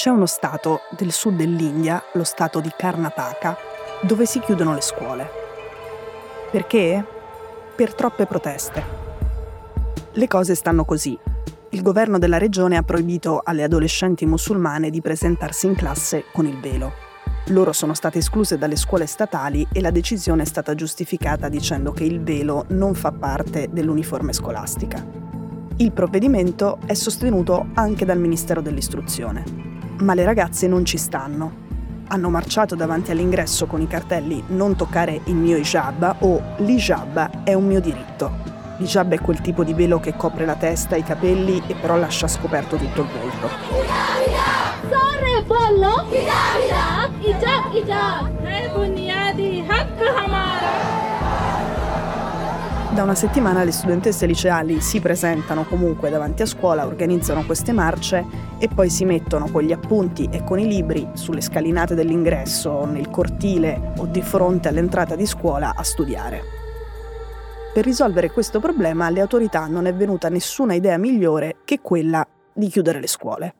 C'è uno stato del sud dell'India, lo stato di Karnataka, dove si chiudono le scuole. Perché? Per troppe proteste. Le cose stanno così. Il governo della regione ha proibito alle adolescenti musulmane di presentarsi in classe con il velo. Loro sono state escluse dalle scuole statali e la decisione è stata giustificata dicendo che il velo non fa parte dell'uniforme scolastica. Il provvedimento è sostenuto anche dal Ministero dell'Istruzione. Ma le ragazze non ci stanno. Hanno marciato davanti all'ingresso con i cartelli "Non toccare il mio hijab" o "L'hijab è un mio diritto". L'hijab è quel tipo di velo che copre la testa e i capelli e però lascia scoperto tutto il volto. Da una settimana le studentesse liceali si presentano comunque davanti a scuola, organizzano queste marce e poi si mettono con gli appunti e con i libri sulle scalinate dell'ingresso, nel cortile o di fronte all'entrata di scuola a studiare. Per risolvere questo problema alle autorità non è venuta nessuna idea migliore che quella di chiudere le scuole.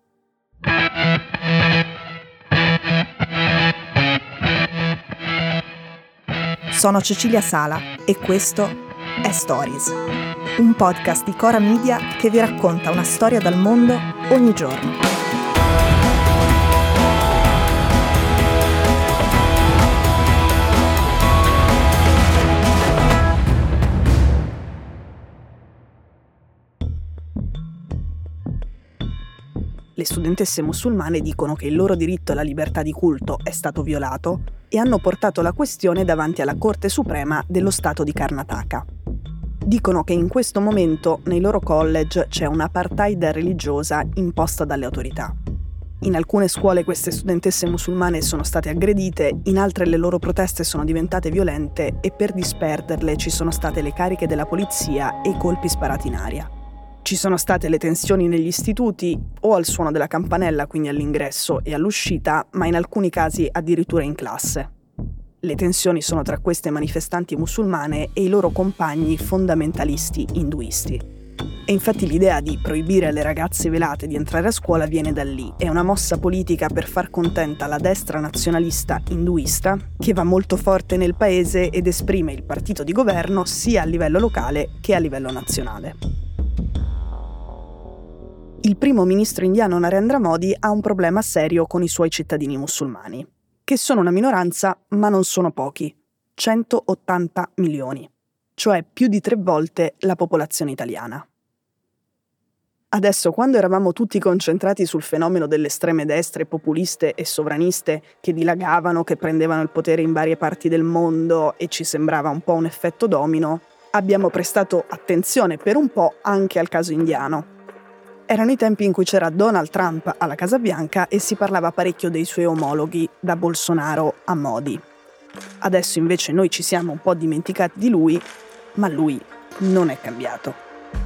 Sono Cecilia Sala e questo è Stories, un podcast di Cora Media che vi racconta una storia dal mondo ogni giorno. Le studentesse musulmane dicono che il loro diritto alla libertà di culto è stato violato e hanno portato la questione davanti alla Corte Suprema dello Stato di Karnataka. Dicono che in questo momento nei loro college c'è un'apartheid religiosa imposta dalle autorità. In alcune scuole queste studentesse musulmane sono state aggredite, in altre le loro proteste sono diventate violente e per disperderle ci sono state le cariche della polizia e i colpi sparati in aria. Ci sono state le tensioni negli istituti o al suono della campanella, quindi all'ingresso e all'uscita, ma in alcuni casi addirittura in classe. Le tensioni sono tra queste manifestanti musulmane e i loro compagni fondamentalisti induisti. E infatti l'idea di proibire alle ragazze velate di entrare a scuola viene da lì. È una mossa politica per far contenta la destra nazionalista induista che va molto forte nel paese ed esprime il partito di governo sia a livello locale che a livello nazionale. Il primo ministro indiano Narendra Modi ha un problema serio con i suoi cittadini musulmani, che sono una minoranza ma non sono pochi, 180 milioni, cioè più di 3 volte la popolazione italiana. Adesso, quando eravamo tutti concentrati sul fenomeno delle estreme destre populiste e sovraniste che dilagavano, che prendevano il potere in varie parti del mondo e ci sembrava un po' un effetto domino, abbiamo prestato attenzione per un po' anche al caso indiano. Erano i tempi in cui c'era Donald Trump alla Casa Bianca e si parlava parecchio dei suoi omologhi, da Bolsonaro a Modi. Adesso invece noi ci siamo un po' dimenticati di lui, ma lui non è cambiato.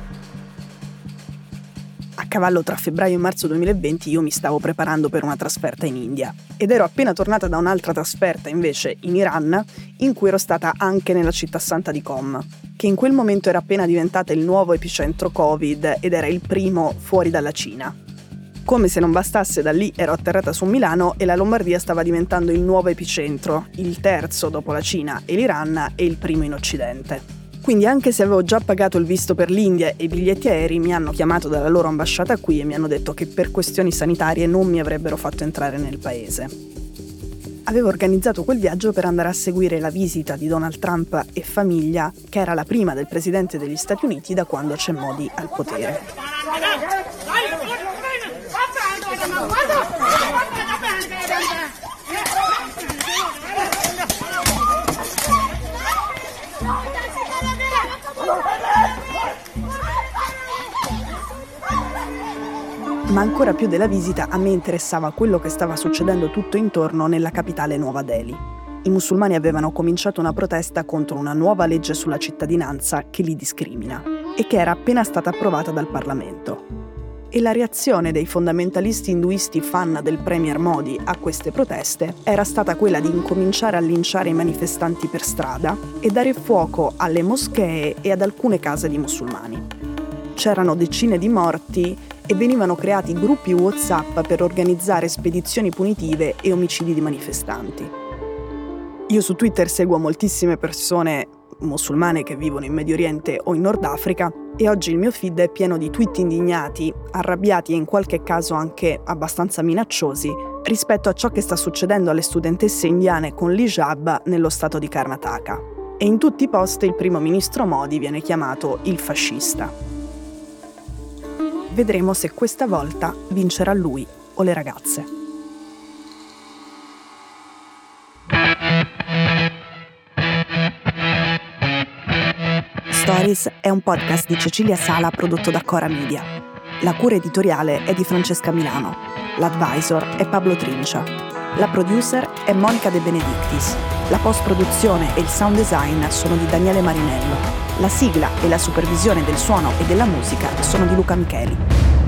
A cavallo tra febbraio e marzo 2020 io mi stavo preparando per una trasferta in India ed ero appena tornata da un'altra trasferta invece in Iran, in cui ero stata anche nella città santa di Qom, che in quel momento era appena diventata il nuovo epicentro Covid ed era il primo fuori dalla Cina. Come se non bastasse, da lì ero atterrata su Milano e la Lombardia stava diventando il nuovo epicentro, il terzo dopo la Cina e l'Iran e il primo in Occidente. Quindi anche se avevo già pagato il visto per l'India e i biglietti aerei, mi hanno chiamato dalla loro ambasciata qui e mi hanno detto che per questioni sanitarie non mi avrebbero fatto entrare nel paese. Avevo organizzato quel viaggio per andare a seguire la visita di Donald Trump e famiglia, che era la prima del presidente degli Stati Uniti da quando c'è Modi al potere. Ma ancora più della visita a me interessava quello che stava succedendo tutto intorno nella capitale Nuova Delhi. I musulmani avevano cominciato una protesta contro una nuova legge sulla cittadinanza che li discrimina e che era appena stata approvata dal Parlamento. E la reazione dei fondamentalisti induisti fan del premier Modi a queste proteste era stata quella di incominciare a linciare i manifestanti per strada e dare fuoco alle moschee e ad alcune case di musulmani. C'erano decine di morti e venivano creati gruppi WhatsApp per organizzare spedizioni punitive e omicidi di manifestanti. Io su Twitter seguo moltissime persone musulmane che vivono in Medio Oriente o in Nord Africa e oggi il mio feed è pieno di tweet indignati, arrabbiati e in qualche caso anche abbastanza minacciosi rispetto a ciò che sta succedendo alle studentesse indiane con l'hijab nello stato di Karnataka. E in tutti i post il primo ministro Modi viene chiamato il fascista. Vedremo se questa volta vincerà lui o le ragazze. Stories è un podcast di Cecilia Sala prodotto da Cora Media. La cura editoriale è di Francesca Milano. L'advisor è Pablo Trincia. La producer è Monica De Benedictis. La post-produzione e il sound design sono di Daniele Marinello. La sigla e la supervisione del suono e della musica sono di Luca Micheli.